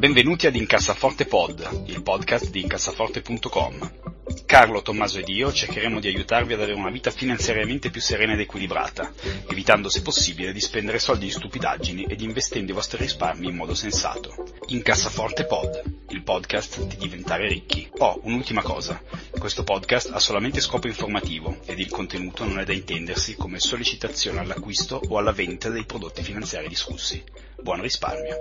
Benvenuti ad Incassaforte Pod, il podcast di incassaforte.com. Carlo, Tommaso ed io cercheremo di aiutarvi ad avere una vita finanziariamente più serena ed equilibrata, evitando se possibile di spendere soldi in stupidaggini ed investendo i vostri risparmi in modo sensato. Incassaforte Pod, il podcast di diventare ricchi. Un'ultima cosa, questo podcast ha solamente scopo informativo ed il contenuto non è da intendersi come sollecitazione all'acquisto o alla vendita dei prodotti finanziari discussi. Buon risparmio!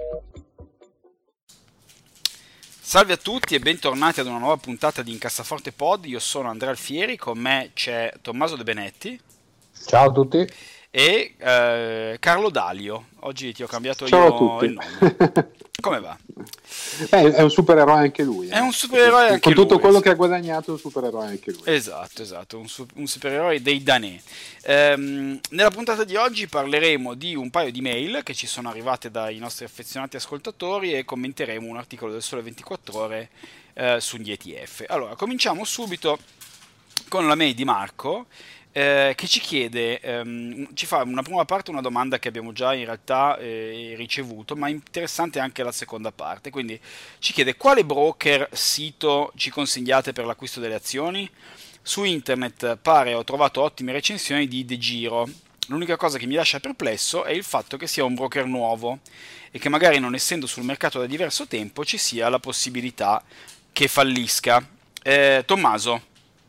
Salve a tutti e bentornati ad una nuova puntata di Incassaforte Pod. Io sono Andrea Alfieri, con me c'è Tommaso De Benetti. Ciao a tutti. E Carlo Dalio. Oggi ti ho cambiato Ciao io il nome. Come va? È un supereroe anche lui. È un supereroe anche lui. Con tutto quello che ha guadagnato è un supereroe anche lui. Esatto, un supereroe dei danè. Nella puntata di oggi parleremo di un paio di mail che ci sono arrivate dai nostri affezionati ascoltatori e commenteremo un articolo del Sole 24 Ore sugli ETF. Allora, cominciamo subito con la mail di Marco, che ci chiede, ci fa una prima parte una domanda che abbiamo già in realtà ricevuto, ma interessante anche la seconda parte. Quindi ci chiede: quale broker, sito ci consigliate per l'acquisto delle azioni? Su internet pare ho trovato ottime recensioni di De Giro. L'unica cosa che mi lascia perplesso è il fatto che sia un broker nuovo e che magari, non essendo sul mercato da diverso tempo, ci sia la possibilità che fallisca. Tommaso.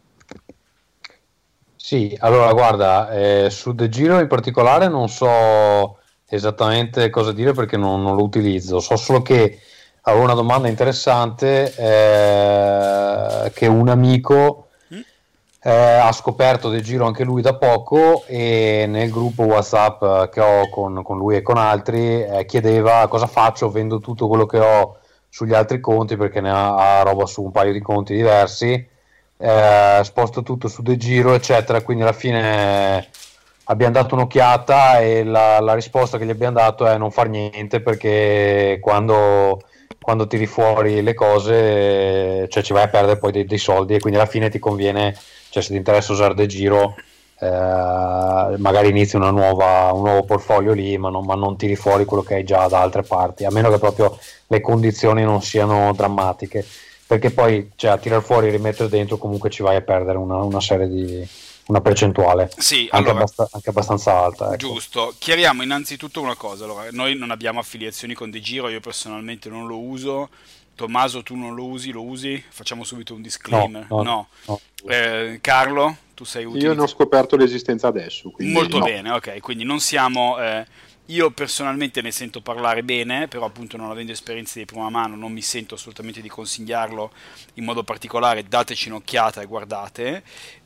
Sì, allora guarda, su De Giro in particolare non so esattamente cosa dire perché non lo utilizzo, so solo che avevo una domanda interessante, che un amico ha scoperto De Giro anche lui da poco, e nel gruppo WhatsApp che ho con lui e con altri chiedeva cosa faccio, vendo tutto quello che ho sugli altri conti perché ne ha roba su un paio di conti diversi. Sposto tutto su De Giro eccetera, quindi alla fine abbiamo dato un'occhiata e la risposta che gli abbiamo dato è non far niente, perché quando tiri fuori le cose, cioè, ci vai a perdere poi dei soldi, e quindi alla fine ti conviene, cioè se ti interessa usare De Giro, magari inizi un nuovo portfolio lì, ma non tiri fuori quello che hai già da altre parti, a meno che proprio le condizioni non siano drammatiche, perché poi, cioè, a tirar fuori e rimettere dentro comunque ci vai a perdere una percentuale, Sì, anche, allora, anche abbastanza alta, ecco. giusto. Chiariamo innanzitutto una cosa. Allora, noi non abbiamo affiliazioni con De Giro, io personalmente non lo uso. Tommaso, tu non lo usi? Lo usi? Facciamo subito un disclaimer. No. No. Carlo, tu sei utile? Io ne ho scoperto l'esistenza adesso, quindi Molto no. bene, ok. Quindi non siamo... io personalmente ne sento parlare bene, però appunto non avendo esperienze di prima mano non mi sento assolutamente di consigliarlo in modo particolare. Dateci un'occhiata e guardate.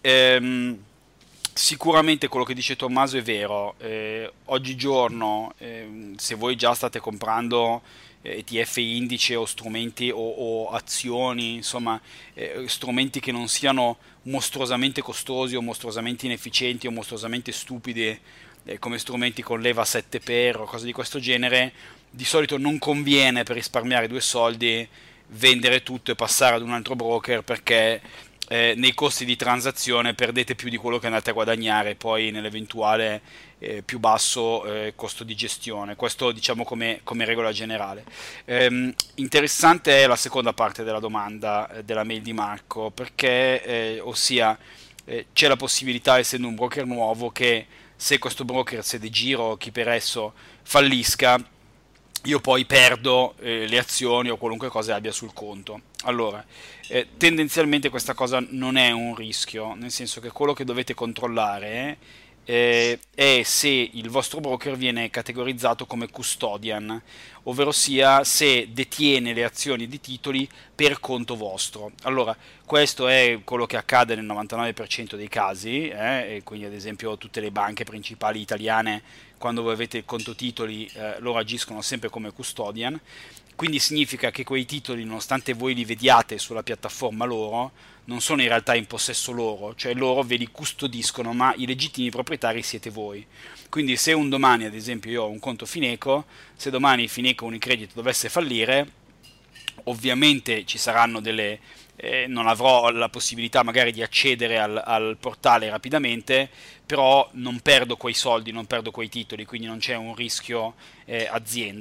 Sicuramente quello che dice Tommaso è vero. Oggigiorno, se voi già state comprando ETF indice o strumenti o azioni, insomma, strumenti che non siano mostruosamente costosi o mostruosamente inefficienti o mostruosamente stupidi, come strumenti con leva 7x o cose di questo genere, di solito non conviene, per risparmiare due soldi, vendere tutto e passare ad un altro broker, perché nei costi di transazione perdete più di quello che andate a guadagnare poi nell'eventuale più basso costo di gestione. Questo, diciamo, come regola generale. Interessante è la seconda parte della domanda della mail di Marco, perché ossia c'è la possibilità, essendo un broker nuovo, che se questo broker, se De Giro, chi per esso, fallisca, io poi perdo le azioni o qualunque cosa abbia sul conto. Allora, tendenzialmente questa cosa non è un rischio, nel senso che quello che dovete controllare è se il vostro broker viene categorizzato come custodian, ovvero sia se detiene le azioni di titoli per conto vostro. Allora, questo è quello che accade nel 99% dei casi, e quindi ad esempio tutte le banche principali italiane, quando voi avete il conto titoli, loro agiscono sempre come custodian. Quindi significa che quei titoli, nonostante voi li vediate sulla piattaforma loro, non sono in realtà in possesso loro, cioè loro ve li custodiscono, ma i legittimi proprietari siete voi. Quindi se un domani, ad esempio, io ho un conto Fineco, se domani Fineco Unicredit dovesse fallire, ovviamente ci saranno non avrò la possibilità magari di accedere al portale rapidamente, però non perdo quei soldi, non perdo quei titoli, quindi non c'è un rischio azienda.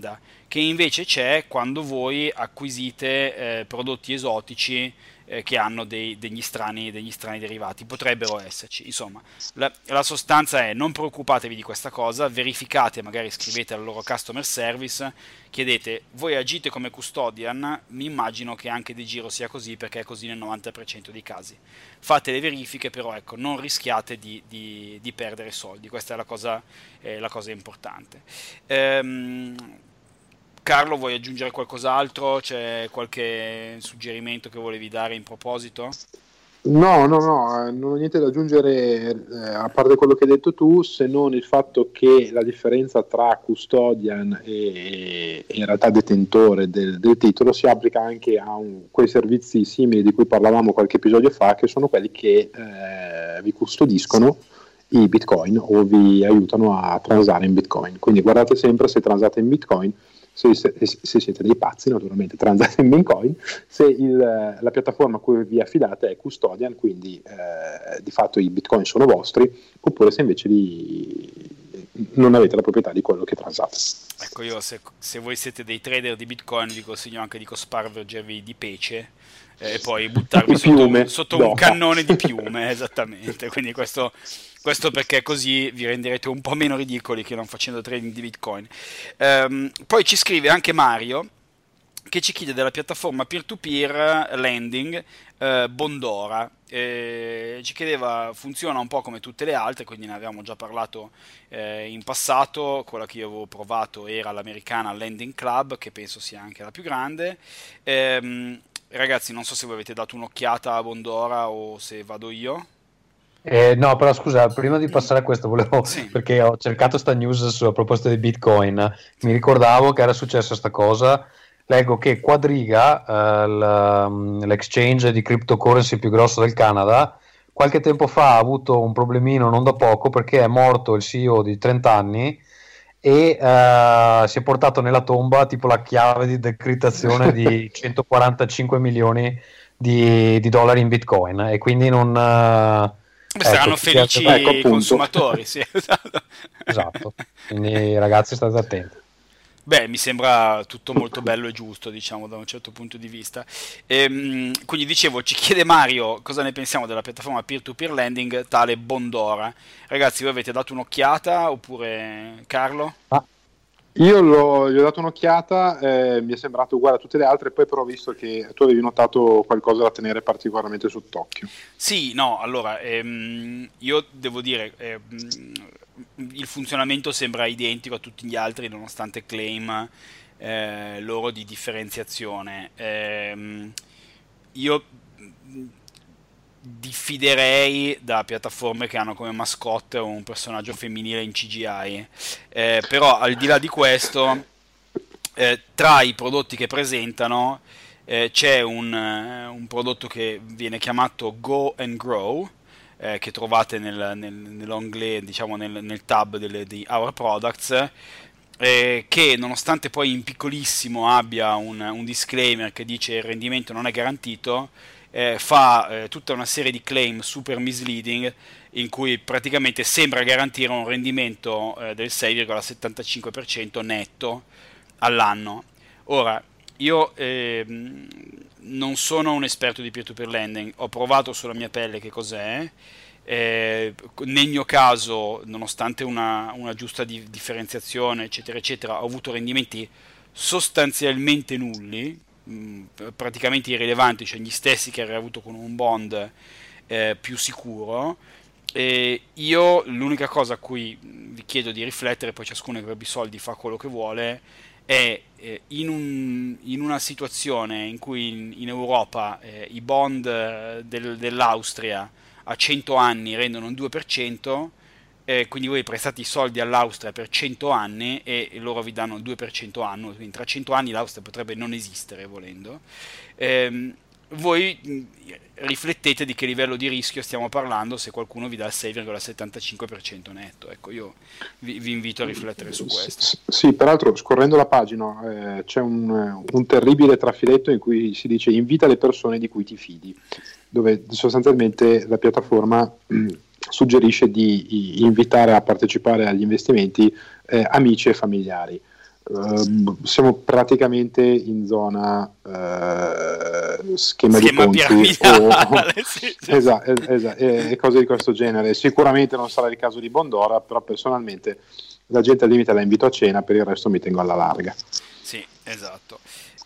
che invece c'è quando voi acquisite prodotti esotici che hanno degli strani derivati. Potrebbero esserci. Insomma, la sostanza è: non preoccupatevi di questa cosa, verificate, magari scrivete al loro customer service, chiedete: voi agite come custodian? Mi immagino che anche De Giro sia così, perché è così nel 90% dei casi. Fate le verifiche, però ecco, non rischiate di perdere soldi. Questa è la cosa importante. Carlo, vuoi aggiungere qualcos'altro? C'è qualche suggerimento che volevi dare in proposito? No, no, no, non ho niente da aggiungere, a parte quello che hai detto tu, se non il fatto che la differenza tra custodian e in realtà detentore del titolo si applica anche a quei servizi simili di cui parlavamo qualche episodio fa, che sono quelli che vi custodiscono i bitcoin o vi aiutano a transare in bitcoin. Quindi guardate sempre se transate in bitcoin. Se siete dei pazzi, naturalmente transate in Bitcoin. Se la piattaforma a cui vi affidate è custodian, quindi di fatto i bitcoin sono vostri, oppure se invece non avete la proprietà di quello che transate. Ecco, io se voi siete dei trader di bitcoin vi consiglio anche di cospargervi di pece e poi buttarvi sotto un cannone di piume, esattamente. Quindi questo perché così vi renderete un po' meno ridicoli che non facendo trading di bitcoin. Poi ci scrive anche Mario, che ci chiede della piattaforma peer-to-peer lending Bondora. Ci chiedeva: funziona un po' come tutte le altre, quindi ne avevamo già parlato in passato. Quella che io avevo provato era l'americana Lending Club, che penso sia anche la più grande. Ragazzi, non so se voi avete dato un'occhiata a Bondora o se vado io. No, però scusa, prima di passare a questo volevo, Sì. perché ho cercato sta news sulla proposta di Bitcoin, mi ricordavo che era successa sta cosa. Leggo che Quadriga, l'exchange di cryptocurrency più grosso del Canada, qualche tempo fa ha avuto un problemino non da poco, perché è morto il CEO di 30 anni e si è portato nella tomba tipo la chiave di decrittazione di 145 milioni di dollari in Bitcoin, e quindi non... saranno felici i consumatori, sì, esatto. Quindi ragazzi, state attenti. Beh, mi sembra tutto molto bello e giusto, diciamo, da un certo punto di vista. Quindi dicevo, ci chiede Mario cosa ne pensiamo della piattaforma peer-to-peer lending tale Bondora. Ragazzi, voi avete dato un'occhiata, oppure Carlo? Io gli ho dato un'occhiata, mi è sembrato uguale a tutte le altre, poi però ho visto che tu avevi notato qualcosa da tenere particolarmente sott'occhio. Sì, no, allora, io devo dire, il funzionamento sembra identico a tutti gli altri, nonostante claim loro di differenziazione. Io diffiderei da piattaforme che hanno come mascotte un personaggio femminile in CGI, però al di là di questo, tra i prodotti che presentano c'è un prodotto che viene chiamato Go and Grow, che trovate nell'onglet, diciamo nel tab di Our Products, che nonostante poi in piccolissimo abbia un disclaimer che dice il rendimento non è garantito, fa tutta una serie di claim super misleading in cui praticamente sembra garantire un rendimento del 6,75% netto all'anno. Ora, io non sono un esperto di peer-to-peer lending, ho provato sulla mia pelle che cos'è. Nel mio caso, nonostante una giusta differenziazione eccetera eccetera, ho avuto rendimenti sostanzialmente nulli, praticamente irrilevanti, cioè gli stessi che avrei avuto con un bond più sicuro. Io l'unica cosa a cui vi chiedo di riflettere, poi ciascuno che avrebbe i soldi fa quello che vuole, è in una situazione in cui in Europa i bond dell'Austria a 100 anni rendono un 2%, quindi voi prestate i soldi all'Austria per 100 anni e loro vi danno il 2% annuo, quindi tra 100 anni l'Austria potrebbe non esistere volendo. Voi riflettete di che livello di rischio stiamo parlando se qualcuno vi dà il 6,75% netto. Ecco, io vi invito a riflettere su questo. Sì, peraltro scorrendo la pagina c'è un terribile trafiletto in cui si dice: invita le persone di cui ti fidi, dove sostanzialmente la piattaforma suggerisce di invitare a partecipare agli investimenti amici e familiari. siamo praticamente in zona schema di ponti sì. e cose di questo genere. Sicuramente non sarà il caso di Bondora, però personalmente la gente al limite la invito a cena, per il resto mi tengo alla larga. Sì, esatto.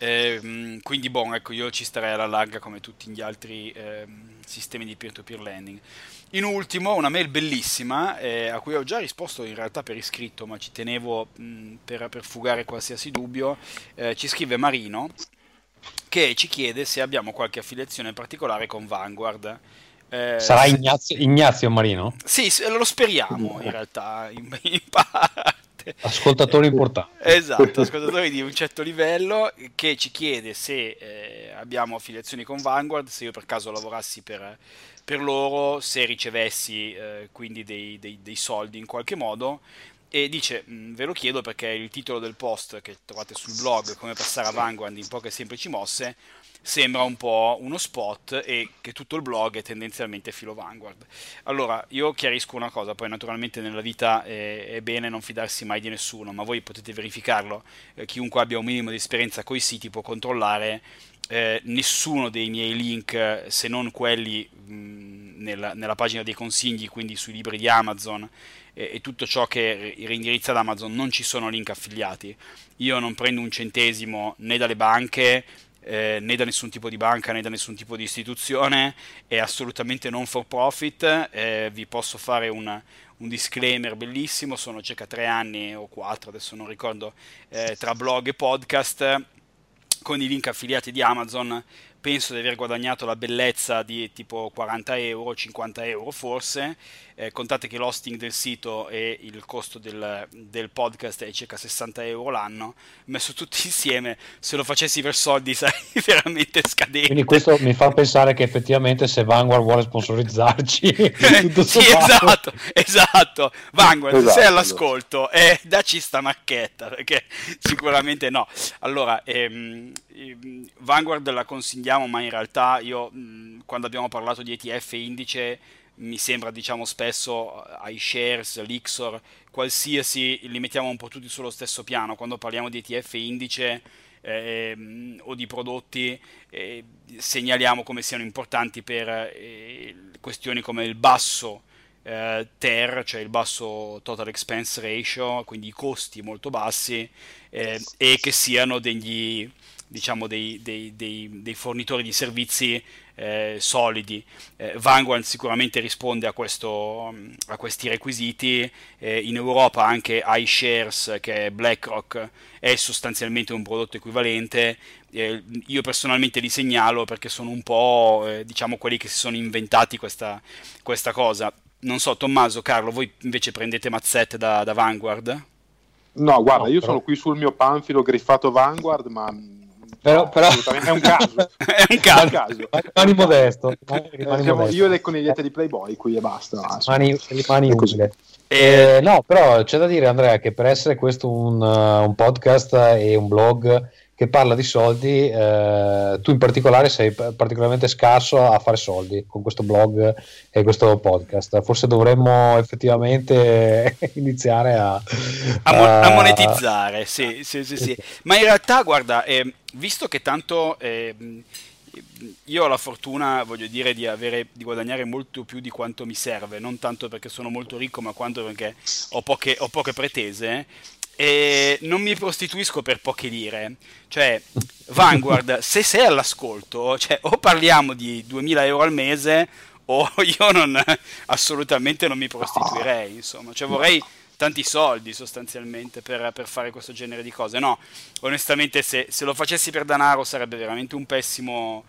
Quindi ecco, io ci starei alla larga come tutti gli altri sistemi di peer-to-peer lending. In ultimo, una mail bellissima a cui ho già risposto in realtà per iscritto, ma ci tenevo per fugare qualsiasi dubbio. Ci scrive Marino che ci chiede se abbiamo qualche affiliazione particolare con Vanguard. Sarà Ignazio Marino? Sì, lo speriamo in realtà, in parte. Ascoltatori importanti. Esatto, ascoltatori di un certo livello, che ci chiede se abbiamo affiliazioni con Vanguard, se io per caso lavorassi per loro, se ricevessi quindi dei soldi in qualche modo, e dice, ve lo chiedo perché il titolo del post che trovate sul blog, come passare a Vanguard in poche semplici mosse, sembra un po' uno spot e che tutto il blog è tendenzialmente filo Vanguard. Allora, io chiarisco una cosa, poi naturalmente nella vita è bene non fidarsi mai di nessuno, ma voi potete verificarlo, chiunque abbia un minimo di esperienza coi siti può controllare. Nessuno dei miei link, se non quelli nella pagina dei consigli, quindi sui libri di Amazon e tutto ciò che rindirizza ad Amazon, non ci sono link affiliati. Io non prendo un centesimo né dalle banche, né da nessun tipo di banca né da nessun tipo di istituzione, è assolutamente non for profit. Vi posso fare un disclaimer bellissimo: sono circa 3 anni o 4, adesso non ricordo, tra blog e podcast con i link affiliati di Amazon. Penso di aver guadagnato la bellezza di tipo 40 euro, 50 euro forse. Contate che l'hosting del sito e il costo del podcast è circa 60 euro l'anno. Messo tutti insieme, se lo facessi per soldi sarei veramente scadente. Quindi questo mi fa pensare che effettivamente se Vanguard vuole sponsorizzarci tutto sì, esatto. Vanguard, se sei all'ascolto, dacci sta marchetta, perché sicuramente no. Allora, Vanguard la consigliamo, ma in realtà io quando abbiamo parlato di ETF e indice mi sembra, diciamo, spesso iShares, l'Ixor, qualsiasi, li mettiamo un po' tutti sullo stesso piano. Quando parliamo di ETF e indice o di prodotti, segnaliamo come siano importanti per questioni come il basso TER, cioè il basso Total Expense Ratio, quindi i costi molto bassi, e che siano dei fornitori di servizi solidi. Vanguard sicuramente risponde a questi requisiti. In Europa anche iShares, che è BlackRock, è sostanzialmente un prodotto equivalente. Io personalmente li segnalo perché sono un po' diciamo quelli che si sono inventati questa cosa. Non so, Tommaso, Carlo, voi invece prendete mazzette da Vanguard? No, guarda, io sono qui sul mio panfilo griffato Vanguard, ma però assolutamente è un caso. È un caso. Rimani modesto. Io e le conigliette di Playboy qui e basta. Rimani utile. No, però c'è da dire, Andrea, che per essere questo un podcast e un blog che parla di soldi, tu in particolare sei particolarmente scarso a fare soldi con questo blog e questo podcast. Forse dovremmo effettivamente iniziare a monetizzare, sì. Ma in realtà, guarda, visto che tanto io ho la fortuna, voglio dire, di guadagnare molto più di quanto mi serve, non tanto perché sono molto ricco, ma quanto perché ho poche pretese. E non mi prostituisco per poche lire. Cioè, Vanguard, se sei all'ascolto, cioè, o parliamo di 2000 euro al mese, o io assolutamente non mi prostituirei, insomma. Cioè, vorrei tanti soldi sostanzialmente per fare questo genere di cose. No, onestamente, se lo facessi per denaro sarebbe veramente un pessimo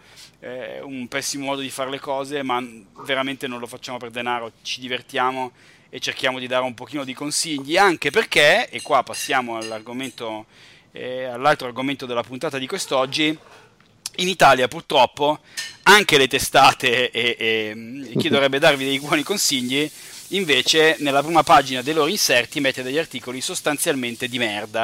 modo di fare le cose, ma veramente non lo facciamo per denaro, ci divertiamo e cerchiamo di dare un pochino di consigli, anche perché, e qua passiamo all'altro argomento della puntata di quest'oggi, in Italia purtroppo anche le testate e chi dovrebbe darvi dei buoni consigli, invece nella prima pagina dei loro inserti mette degli articoli sostanzialmente di merda.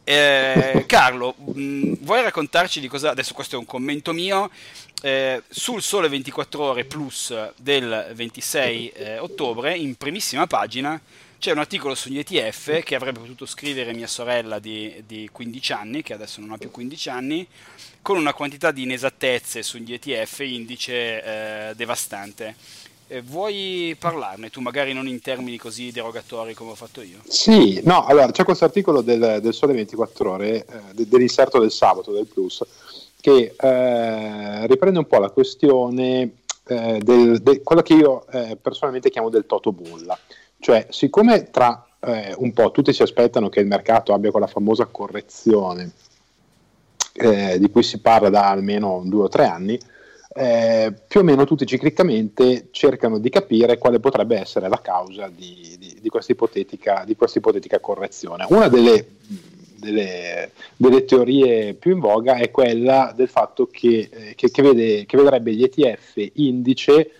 Carlo, vuoi raccontarci di cosa? Adesso questo è un commento mio. Sul Sole 24 Ore Plus del 26 ottobre, in primissima pagina, C'è un articolo sugli ETF che avrebbe potuto scrivere mia sorella di 15 anni, che adesso non ha più 15 anni, con una quantità di inesattezze sugli ETF indice devastante. Vuoi parlarne tu, magari non in termini così derogatori come ho fatto io? Sì, no, allora c'è questo articolo del Sole 24 Ore, dell'inserto del sabato del Plus, che riprende un po' la questione quello che io personalmente chiamo del toto bolla. Cioè, siccome tra un po' tutti si aspettano che il mercato abbia quella famosa correzione di cui si parla da almeno 2 o 3 anni, più o meno tutti ciclicamente cercano di capire quale potrebbe essere la causa di questa ipotetica correzione. Una delle teorie più in voga è quella del fatto che vedrebbe gli ETF indice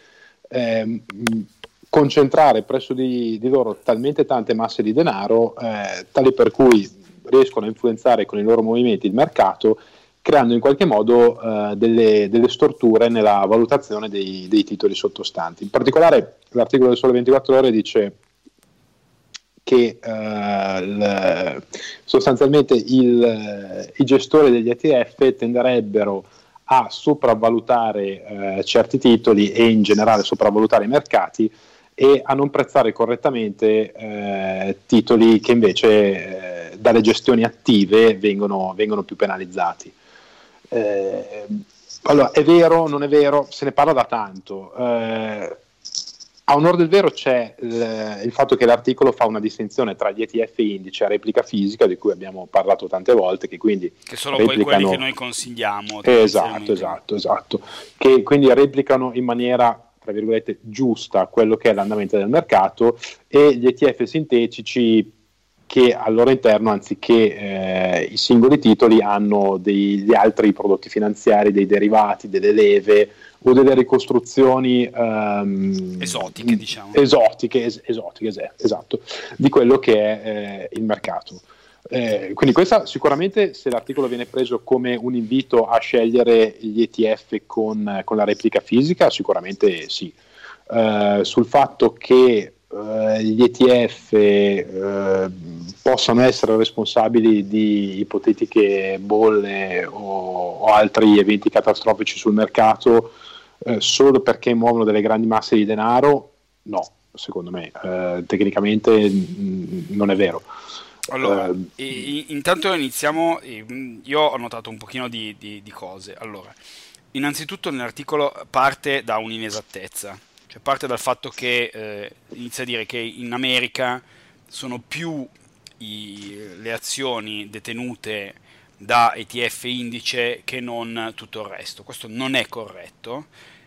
concentrare presso di loro talmente tante masse di denaro tali per cui riescono a influenzare con i loro movimenti il mercato, creando in qualche modo delle storture nella valutazione dei titoli sottostanti. In particolare l'articolo del Sole 24 Ore dice che sostanzialmente i gestori degli ETF tenderebbero a sopravvalutare certi titoli e in generale sopravvalutare i mercati e a non prezzare correttamente titoli che invece dalle gestioni attive vengono più penalizzati. Allora, è vero, non è vero, se ne parla da tanto. A onor del vero c'è il fatto che l'articolo fa una distinzione tra gli ETF indice a replica fisica, di cui abbiamo parlato tante volte, che sono poi quelli che noi consigliamo. Esatto, che quindi replicano in maniera, tra virgolette, giusta quello che è l'andamento del mercato, e gli ETF sintetici che al loro interno, anziché i singoli titoli, hanno degli altri prodotti finanziari, dei derivati, delle leve o delle ricostruzioni esotiche, diciamo. Esatto, di quello che è il mercato. Quindi questa sicuramente, se l'articolo viene preso come un invito a scegliere gli ETF con la replica fisica, sicuramente sì. Sul fatto che gli ETF possano essere responsabili di ipotetiche bolle o altri eventi catastrofici sul mercato solo perché muovono delle grandi masse di denaro, no, secondo me tecnicamente non è vero. Allora, intanto iniziamo. Io ho notato un pochino di cose. Allora, innanzitutto nell'articolo parte da un'inesattezza, cioè parte dal fatto che inizia a dire che in America sono più le azioni detenute da ETF indice che non tutto il resto. Questo non è corretto,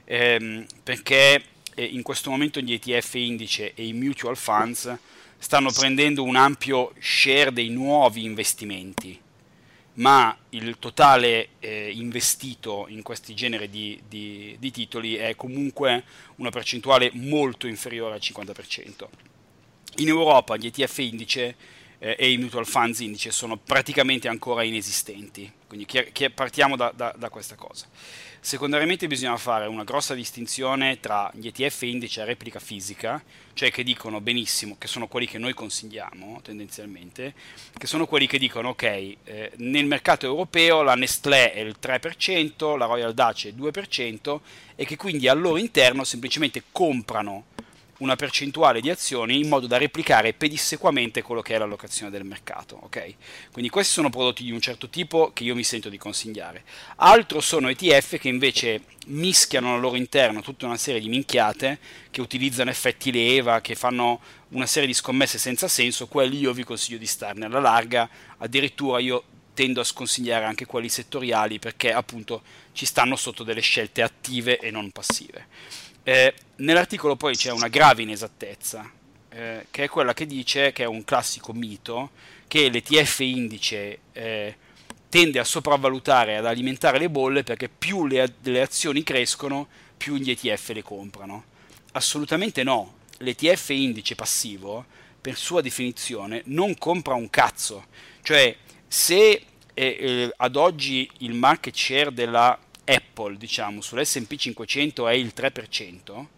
perché in questo momento gli ETF indice e i mutual funds stanno prendendo un ampio share dei nuovi investimenti, ma il totale investito in questi generi di titoli è comunque una percentuale molto inferiore al 50%. In Europa gli ETF indice e i mutual funds indice sono praticamente ancora inesistenti, quindi partiamo da questa cosa. Secondariamente bisogna fare una grossa distinzione tra gli ETF indice a replica fisica, cioè che dicono benissimo, che sono quelli che noi consigliamo tendenzialmente, che sono quelli che dicono ok, nel mercato europeo la Nestlé è il 3%, la Royal Dutch è il 2% e che quindi al loro interno semplicemente comprano una percentuale di azioni in modo da replicare pedissequamente quello che è l'allocazione del mercato, ok? Quindi questi sono prodotti di un certo tipo che io mi sento di consigliare. Altro sono ETF che invece mischiano al loro interno tutta una serie di minchiate, che utilizzano effetti leva, che fanno una serie di scommesse senza senso. Quelli io vi consiglio di starne alla larga, addirittura io tendo a sconsigliare anche quelli settoriali perché appunto ci stanno sotto delle scelte attive e non passive. Nell'articolo poi c'è una grave inesattezza, che è quella che dice, che è un classico mito, che l'ETF indice tende a sopravvalutare, ad alimentare le bolle, perché più le azioni crescono, più gli ETF le comprano. Assolutamente no, l'ETF indice passivo, per sua definizione, non compra un cazzo. Cioè, se ad oggi il market share della Apple, diciamo, sull'S&P 500 è il 3%,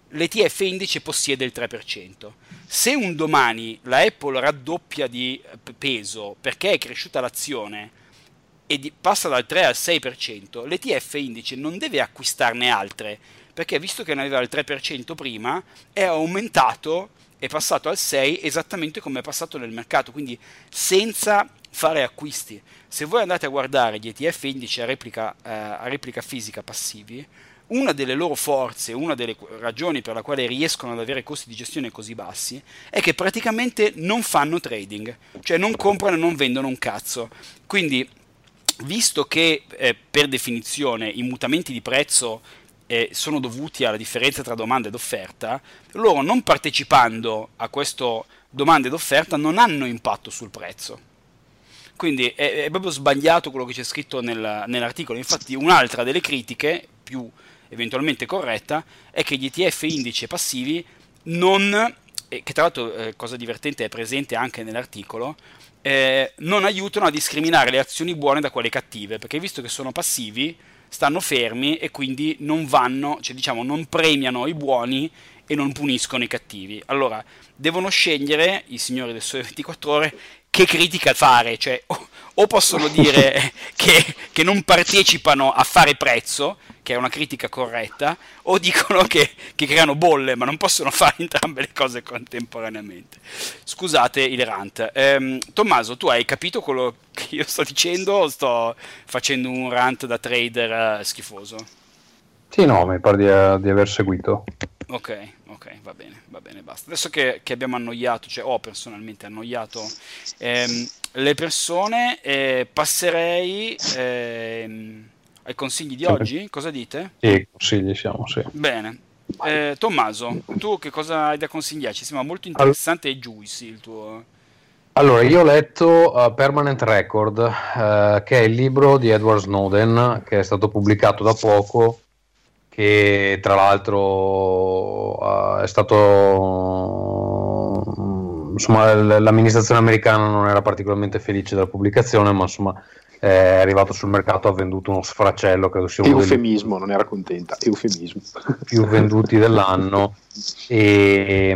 l'ETF indice possiede il 3%. Se un domani la Apple raddoppia di peso perché è cresciuta l'azione e passa dal 3 al 6%, l'ETF indice non deve acquistarne altre, perché visto che ne aveva il 3% prima, è aumentato, è passato al 6 esattamente come è passato nel mercato, quindi senza fare acquisti. Se voi andate a guardare gli ETF indice a replica fisica passivi, una delle loro forze, una delle ragioni per la quale riescono ad avere costi di gestione così bassi, è che praticamente non fanno trading, cioè non comprano e non vendono un cazzo. Quindi, visto che per definizione i mutamenti di prezzo sono dovuti alla differenza tra domanda ed offerta, loro non partecipando a questo domanda ed offerta non hanno impatto sul prezzo. Quindi è proprio sbagliato quello che c'è scritto nell'articolo. Infatti un'altra delle critiche, più eventualmente corretta, è che gli ETF indice passivi non, che tra l'altro cosa divertente è presente anche nell'articolo, non aiutano a discriminare le azioni buone da quelle cattive, perché visto che sono passivi stanno fermi e quindi non vanno, cioè diciamo non premiano i buoni e non puniscono i cattivi. Allora devono scegliere i signori del Sole 24 Ore che critica fare, cioè o possono dire che non partecipano a fare prezzo, che è una critica corretta, o dicono che creano bolle, ma non possono fare entrambe le cose contemporaneamente. Scusate il rant. Tommaso, tu hai capito quello che io sto dicendo o sto facendo un rant da trader schifoso? Sì, no, mi pare di aver seguito. Ok, va bene, basta. Adesso che abbiamo annoiato, cioè ho personalmente annoiato le persone, passerei ai consigli di oggi. Cosa dite? Sì, consigli siamo, sì. Bene. Tommaso, tu che cosa hai da consigliarci? Sembra molto interessante e juicy il tuo... Allora, io ho letto Permanent Record, che è il libro di Edward Snowden, che è stato pubblicato da poco, che tra l'altro è stato, insomma, l'amministrazione americana non era particolarmente felice della pubblicazione, ma insomma è arrivato sul mercato, ha venduto uno sfracello, credo sia uno eufemismo, non era contenta, eufemismo più venduti dell'anno e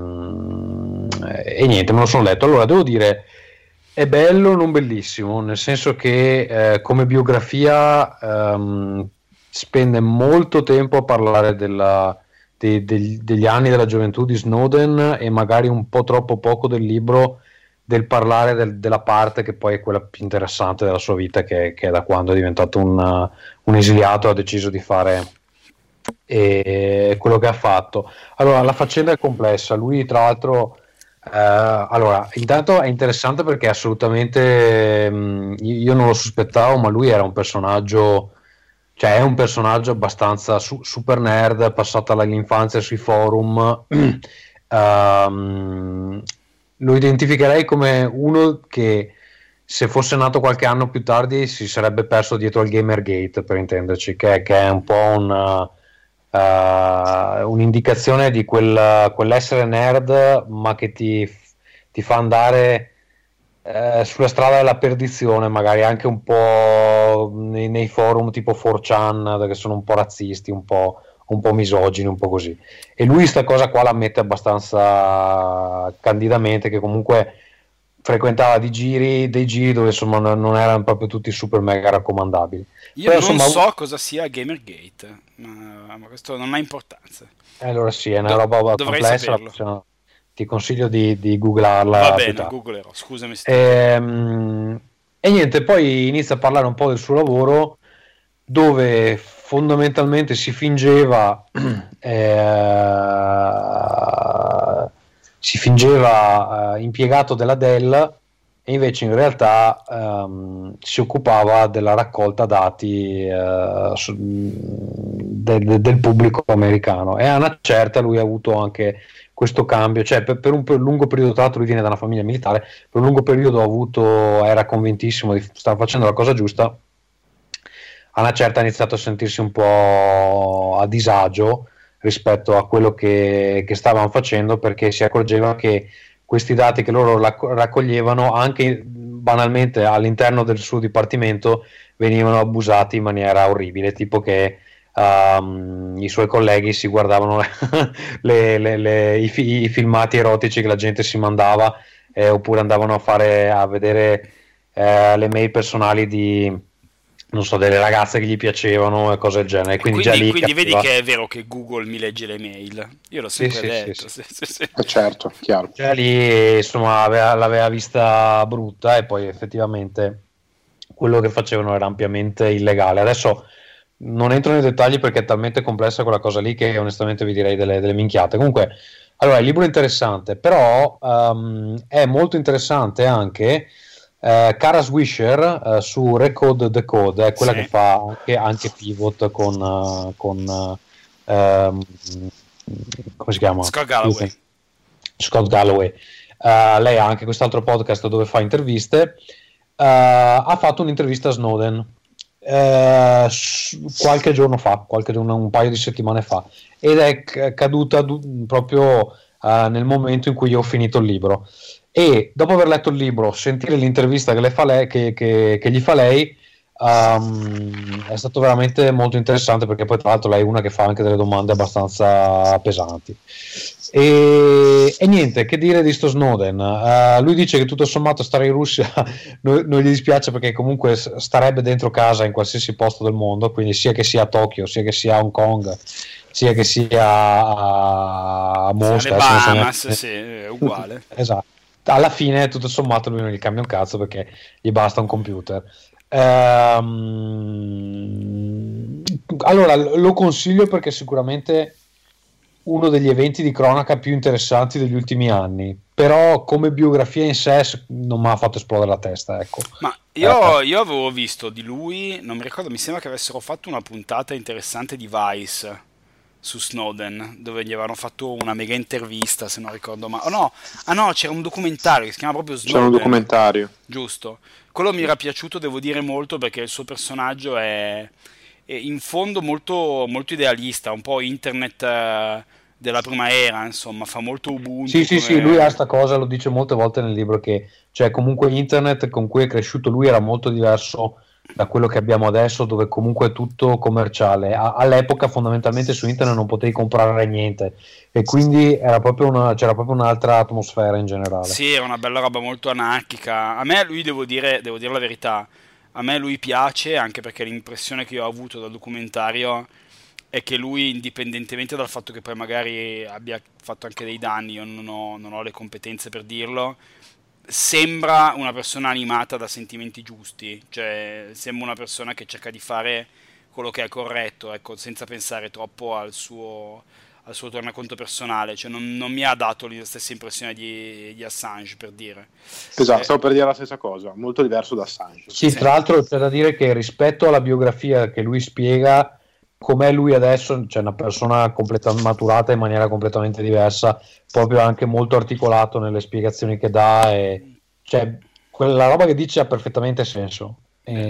niente, me lo sono letto. Allora devo dire, è bello, non bellissimo, nel senso che come biografia spende molto tempo a parlare degli anni della gioventù di Snowden e magari un po' troppo poco del libro, del parlare della parte che poi è quella più interessante della sua vita, che è da quando è diventato un esiliato, ha deciso di fare quello che ha fatto. Allora, la faccenda è complessa, lui tra l'altro allora, intanto è interessante perché assolutamente io non lo sospettavo, ma lui era un personaggio, cioè è un personaggio abbastanza super nerd, passato l'infanzia sui forum. Lo identificherei come uno che se fosse nato qualche anno più tardi si sarebbe perso dietro al Gamergate, per intenderci, che è un po' un'indicazione di quell'essere nerd, ma che ti fa andare sulla strada della perdizione, magari anche un po' nei forum tipo 4chan, che sono un po' razzisti, un po' misogini, un po' così. E lui sta cosa qua la ammette abbastanza candidamente, che comunque frequentava dei giri dove insomma non erano proprio tutti super mega raccomandabili. Io però, non so cosa sia Gamergate, ma questo non ha importanza. Allora sì, è una roba complessa, ti consiglio di googlarla. Va bene, googlerò, scusami. E niente, poi inizia a parlare un po' del suo lavoro, dove fondamentalmente si fingeva impiegato della Dell, e invece in realtà si occupava della raccolta dati del pubblico americano, e a una certa lui ha avuto anche questo cambio, cioè per un lungo periodo, tra l'altro lui viene da una famiglia militare, per un lungo periodo era convintissimo di stare facendo la cosa giusta. A una certa ha iniziato a sentirsi un po' a disagio rispetto a quello che stavano facendo, perché si accorgeva che questi dati che loro raccoglievano, anche banalmente all'interno del suo dipartimento, venivano abusati in maniera orribile, tipo che i suoi colleghi si guardavano i filmati erotici che la gente si mandava, oppure andavano a vedere le mail personali di, non so, delle ragazze che gli piacevano e cose del genere. Quindi già lì quindi vedi capiva. che è vero che Google mi legge le mail. Io l'ho Sì, sempre sì, detto. sì. Sì. Certo, chiaro. Già lì, insomma, l'aveva vista brutta, e poi effettivamente quello che facevano era ampiamente illegale. Adesso non entro nei dettagli perché è talmente complessa quella cosa lì che onestamente vi direi delle minchiate. Comunque, allora, il libro è interessante, però è molto interessante anche Kara Swisher su Recode Decode, è quella Sì. che fa anche Pivot ehm, come si chiama? Scott Galloway. Scott Galloway. Lei ha anche quest'altro podcast dove fa interviste. Ha fatto un'intervista a Snowden qualche giorno fa, un paio di settimane fa, ed è caduta proprio nel momento in cui io ho finito il libro. E dopo aver letto il libro, sentire l'intervista che, le fa lei, che gli fa lei, è stato veramente molto interessante, perché poi tra l'altro lei è una che fa anche delle domande abbastanza pesanti. E niente, che dire di sto Snowden? Lui dice che tutto sommato stare in Russia non gli dispiace, perché comunque starebbe dentro casa in qualsiasi posto del mondo, quindi sia che sia a Tokyo, sia che sia a Hong Kong, sia che sia a Mosca, Le Bahamas, sì, è uguale. Esatto. Alla fine tutto sommato lui non gli cambia un cazzo, perché gli basta un computer. Allora lo consiglio perché sicuramente uno degli eventi di cronaca più interessanti degli ultimi anni, però come biografia in sé non mi ha fatto esplodere la testa, ecco. Ma io avevo visto di lui, non mi ricordo, mi sembra che avessero fatto una puntata interessante di Vice su Snowden, dove gli avevano fatto una mega intervista, se non ricordo, ma no, c'era un documentario che si chiama proprio Snowden. C'era un documentario. Giusto. Quello mi era piaciuto, devo dire, molto, perché il suo personaggio è in fondo molto, molto idealista, un po' internet della prima era, insomma, fa molto Ubuntu. Sì, lui ha sta cosa, lo dice molte volte nel libro, che cioè comunque internet con cui è cresciuto lui era molto diverso da quello che abbiamo adesso, dove comunque è tutto commerciale. All'epoca fondamentalmente su internet non potevi comprare niente, e quindi c'era proprio un'altra atmosfera in generale. Sì, era una bella roba molto anarchica. A me lui, devo dire la verità, a me lui piace, anche perché l'impressione che io ho avuto dal documentario è che lui, indipendentemente dal fatto che poi magari abbia fatto anche dei danni, io non ho le competenze per dirlo, sembra una persona animata da sentimenti giusti, cioè sembra una persona che cerca di fare quello che è corretto, ecco, senza pensare troppo al suo tornaconto personale, cioè non mi ha dato la stessa impressione di Assange, per dire. Esatto, stavo per dire la stessa cosa, molto diverso da Assange. Sì, tra l'altro c'è da dire che rispetto alla biografia che lui spiega, com'è lui adesso, c'è una persona completamente maturata in maniera completamente diversa, proprio anche molto articolato nelle spiegazioni che dà, e cioè quella roba che dice ha perfettamente senso,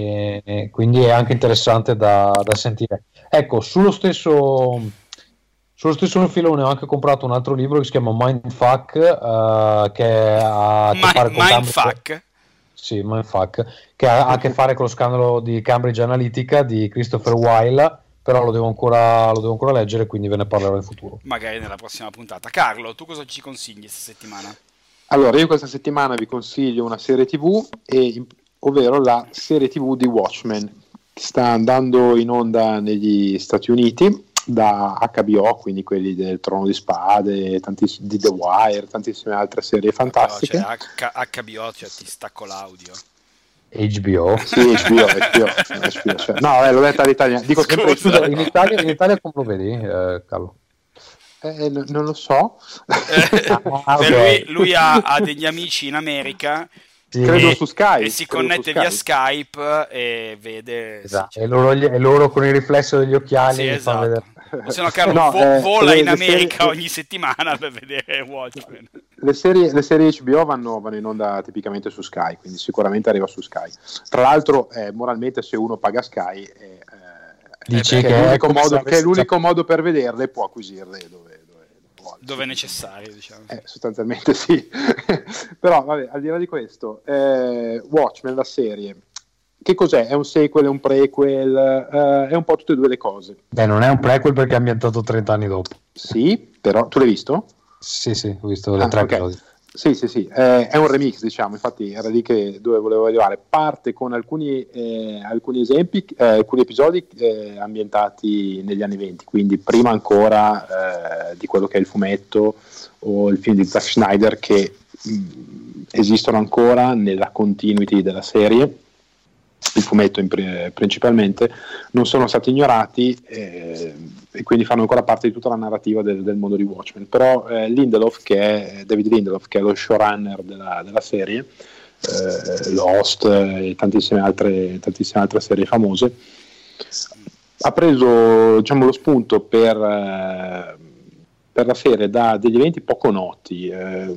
e quindi è anche interessante da sentire. Ecco, sullo stesso filone ho anche comprato un altro libro che si chiama Mindfuck, che ha a che fare con Mindfuck? Sì, Mindfuck, che ha a che fare con lo scandalo di Cambridge Analytica di Christopher Weil, però lo devo ancora leggere, quindi ve ne parlerò in futuro. Magari nella prossima puntata. Carlo, tu cosa ci consigli questa settimana? Allora, io questa settimana vi consiglio una serie TV, ovvero la serie TV di Watchmen, che sta andando in onda negli Stati Uniti da HBO, quindi quelli del Trono di Spade, di The Wire, tantissime altre serie fantastiche. No, cioè, HBO, cioè, ti stacco l'audio. HBO? Sì, HBO, cioè. No, l'ho detta all'italiano. Dico sempre, scusa, in Italia come lo vedi, Carlo? Non lo so. Okay. Lui ha degli amici in America, sì, credo su Skype, e si connette via Skype e vede. Esatto. Sì, e loro con il riflesso degli occhiali, sì, esatto. O se no, Carlo vola in America ogni settimana per vedere Watchmen. Le serie HBO vanno in onda tipicamente su Sky, quindi sicuramente arriva su Sky. Tra l'altro, moralmente, se uno paga Sky, dice che è l'unico modo per vederle, può acquisirle dove è necessario, diciamo. Sostanzialmente sì. Però vabbè, al di là di questo, Watchmen, la serie, che cos'è? È un sequel, è un prequel, è un po' tutte e due le cose. Beh, non è un prequel perché è ambientato 30 anni dopo. Sì, però tu l'hai visto? Sì, ho visto le 3 episodi. Sì, è un remix, diciamo, infatti era lì dove volevo arrivare. Parte con alcuni esempi, alcuni episodi ambientati negli anni 20, quindi prima ancora di quello che è il fumetto o il film di Zack Snyder, che esistono ancora nella continuity della serie. Il fumetto principalmente non sono stati ignorati e quindi fanno ancora parte di tutta la narrativa del mondo di Watchmen. Però David Lindelof, che è lo showrunner della serie, Lost e tantissime altre serie famose, ha preso, diciamo, lo spunto per la serie da degli eventi poco noti,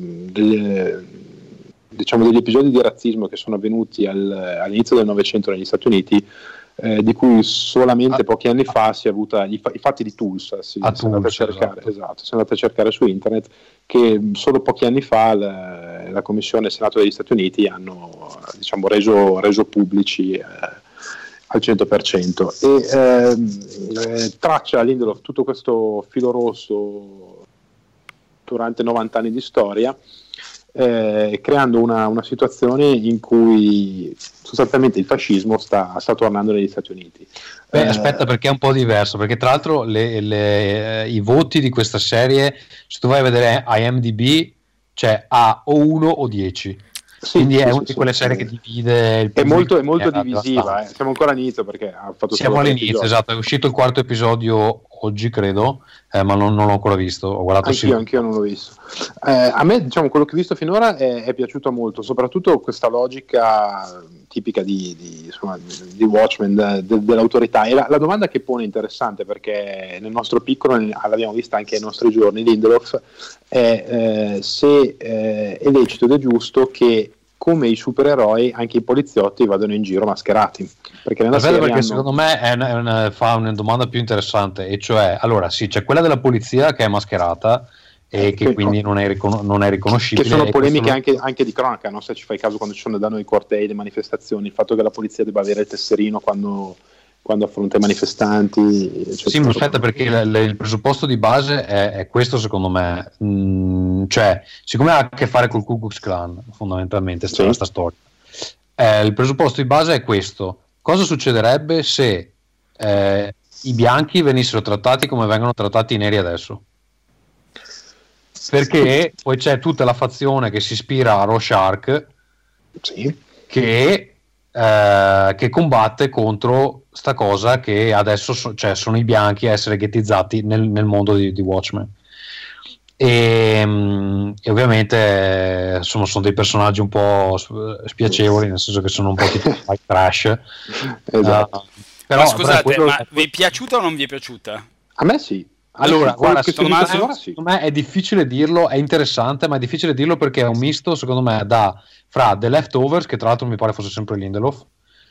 degli episodi di razzismo che sono avvenuti all'inizio del Novecento negli Stati Uniti, di cui solamente pochi anni fa si è avuta i fatti di Tulsa, se andate a cercare su internet, che solo pochi anni fa la Commissione Senato degli Stati Uniti hanno, diciamo, reso pubblici al 100%, e traccia Lindelof tutto questo filo rosso durante 90 anni di storia, creando una situazione in cui sostanzialmente il fascismo sta tornando negli Stati Uniti. Aspetta, perché è un po' diverso, perché tra l'altro i voti di questa serie, se tu vai a vedere IMDb, c'è A o 1 o 10. Quindi è una di quelle serie che divide il pubblico. È molto divisiva, siamo ancora all'inizio perché ha fatto siamo all'inizio, esatto, è uscito il 4º episodio oggi, credo, ma non l'ho ancora visto. Ho guardato anch'io non l'ho visto. A me, diciamo, quello che ho visto finora è piaciuto molto, soprattutto questa logica tipica di Watchmen, dell'autorità. E la domanda che pone è interessante, perché nel nostro piccolo, l'abbiamo vista anche ai nostri giorni, Lindelof, è se è lecito ed è giusto che, come i supereroi, anche i poliziotti vadano in giro mascherati. Perché secondo me fa una domanda più interessante, e cioè, allora sì, c'è quella della polizia che è mascherata e che quindi non è riconoscibile. Che sono polemiche anche di cronaca, no? Se ci fai caso, quando ci sono da noi i cortei, le manifestazioni, il fatto che la polizia debba avere il tesserino quando affronta i manifestanti, eccetera. Sì, ma aspetta, perché il presupposto di base è questo, secondo me. Cioè, siccome ha a che fare col Ku Klux Klan, fondamentalmente, questa storia, il presupposto di base è questo: cosa succederebbe se i bianchi venissero trattati come vengono trattati i neri adesso? Perché poi c'è tutta la fazione che si ispira a Rorschach, che combatte contro sta cosa che adesso sono i bianchi a essere ghettizzati nel mondo di Watchmen, e ovviamente sono dei personaggi un po' spiacevoli, nel senso che sono un po' tipo white trash. Esatto. Però, scusate, ma vi è piaciuta o non vi è piaciuta? A me sì. Allora, guarda, secondo me è difficile dirlo, è interessante, ma è difficile dirlo perché è un misto, secondo me, fra The Leftovers, che tra l'altro mi pare fosse sempre Lindelof,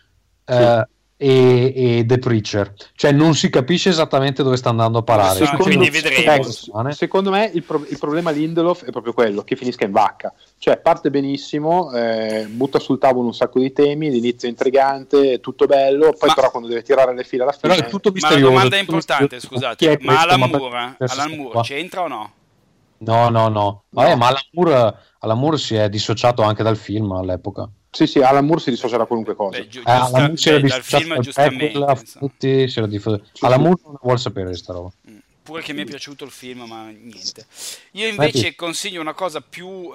e The Preacher, cioè non si capisce esattamente dove sta andando a parare. Quindi vedremo. Secondo me il problema Lindelof è proprio quello, che finisca in vacca, cioè parte benissimo, butta sul tavolo un sacco di temi, l'inizio è intrigante, tutto bello, poi però quando deve tirare le file alla fine è tutto misterioso. Ma la domanda è importante, scusate, ma Alan Moore c'entra o no? No. Vabbè, ma Alan Moore si è dissociato anche dal film all'epoca. Sì, Alan Moore si dissocia da qualunque cosa. Dal film, giustamente. Alan Moore non vuole sapere questa roba. Pure che mi è piaciuto il film, ma niente. Io invece consiglio una cosa più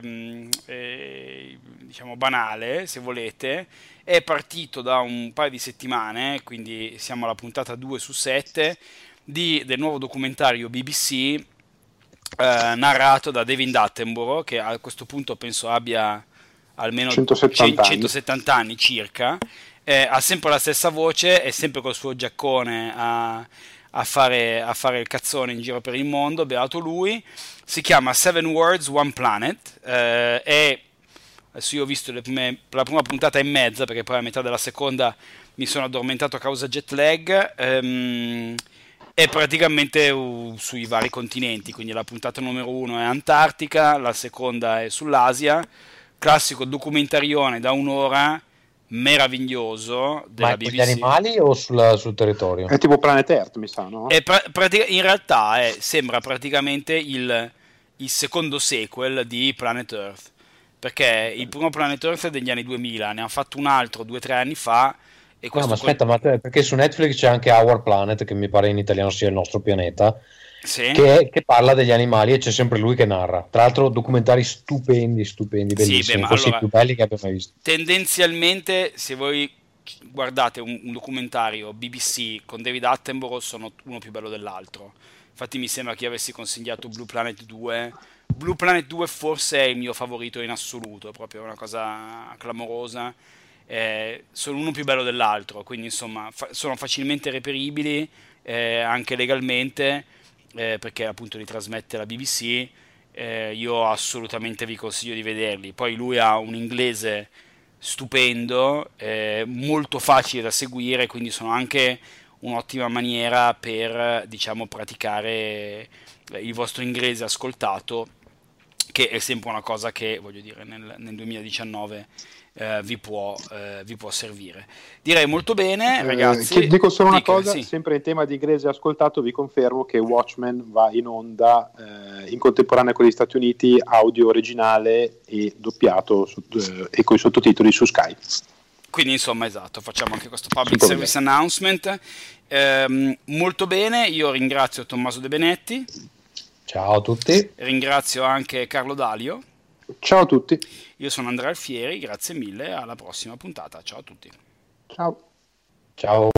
diciamo banale, se volete. È partito da un paio di settimane, quindi siamo alla puntata 2 su 7 del nuovo documentario BBC narrato da David Attenborough, che a questo punto penso abbia almeno 170 anni circa. Ha sempre la stessa voce, è sempre col suo giaccone a fare il cazzone in giro per il mondo, beato lui. Si chiama Seven Worlds, One Planet, e adesso io ho visto la prima puntata e mezza, perché poi a metà della seconda mi sono addormentato a causa jet lag. È praticamente sui vari continenti, quindi la puntata numero 1 è Antartica, la seconda è sull'Asia, classico documentarione da un'ora, meraviglioso della Ma BBC. con gli animali o sul territorio? È tipo Planet Earth, mi sa, no? In realtà sembra praticamente il secondo sequel di Planet Earth, perché il primo Planet Earth è degli anni 2000, ne hanno fatto un altro 2 o 3 anni fa, e No, questo ma aspetta, perché su Netflix c'è anche Our Planet, che mi pare in italiano sia il nostro pianeta, sì, che parla degli animali e c'è sempre lui che narra. Tra l'altro documentari stupendi, sì, bellissimi, ma forse i allora, più belli che abbia mai visto. tendenzialmente, se voi guardate un documentario BBC con David Attenborough, sono uno più bello dell'altro. Infatti mi sembra che io avessi consigliato Blue Planet 2. Blue Planet 2 forse è il mio favorito in assoluto, proprio una cosa clamorosa. Sono uno più bello dell'altro, quindi insomma sono facilmente reperibili, anche legalmente, perché appunto li trasmette la BBC. Io assolutamente vi consiglio di vederli. Poi lui ha un inglese stupendo, molto facile da seguire, quindi sono anche un'ottima maniera per, diciamo, praticare il vostro inglese ascoltato, che è sempre una cosa che, voglio dire, nel 2019 vi può servire. Direi molto bene, ragazzi. Dico solo una Dica, cosa, sì. sempre in tema di inglese ascoltato, vi confermo che Watchmen va in onda in contemporanea con gli Stati Uniti, audio originale e doppiato e con i sottotitoli su Sky. Quindi insomma, esatto, facciamo anche questo public Super service announcement. Molto bene, io ringrazio Tommaso De Benetti, Ciao a tutti. ringrazio anche Carlo Dalio. Ciao a tutti. Io sono Andrea Alfieri, grazie mille, alla prossima puntata. Ciao a tutti. Ciao. Ciao.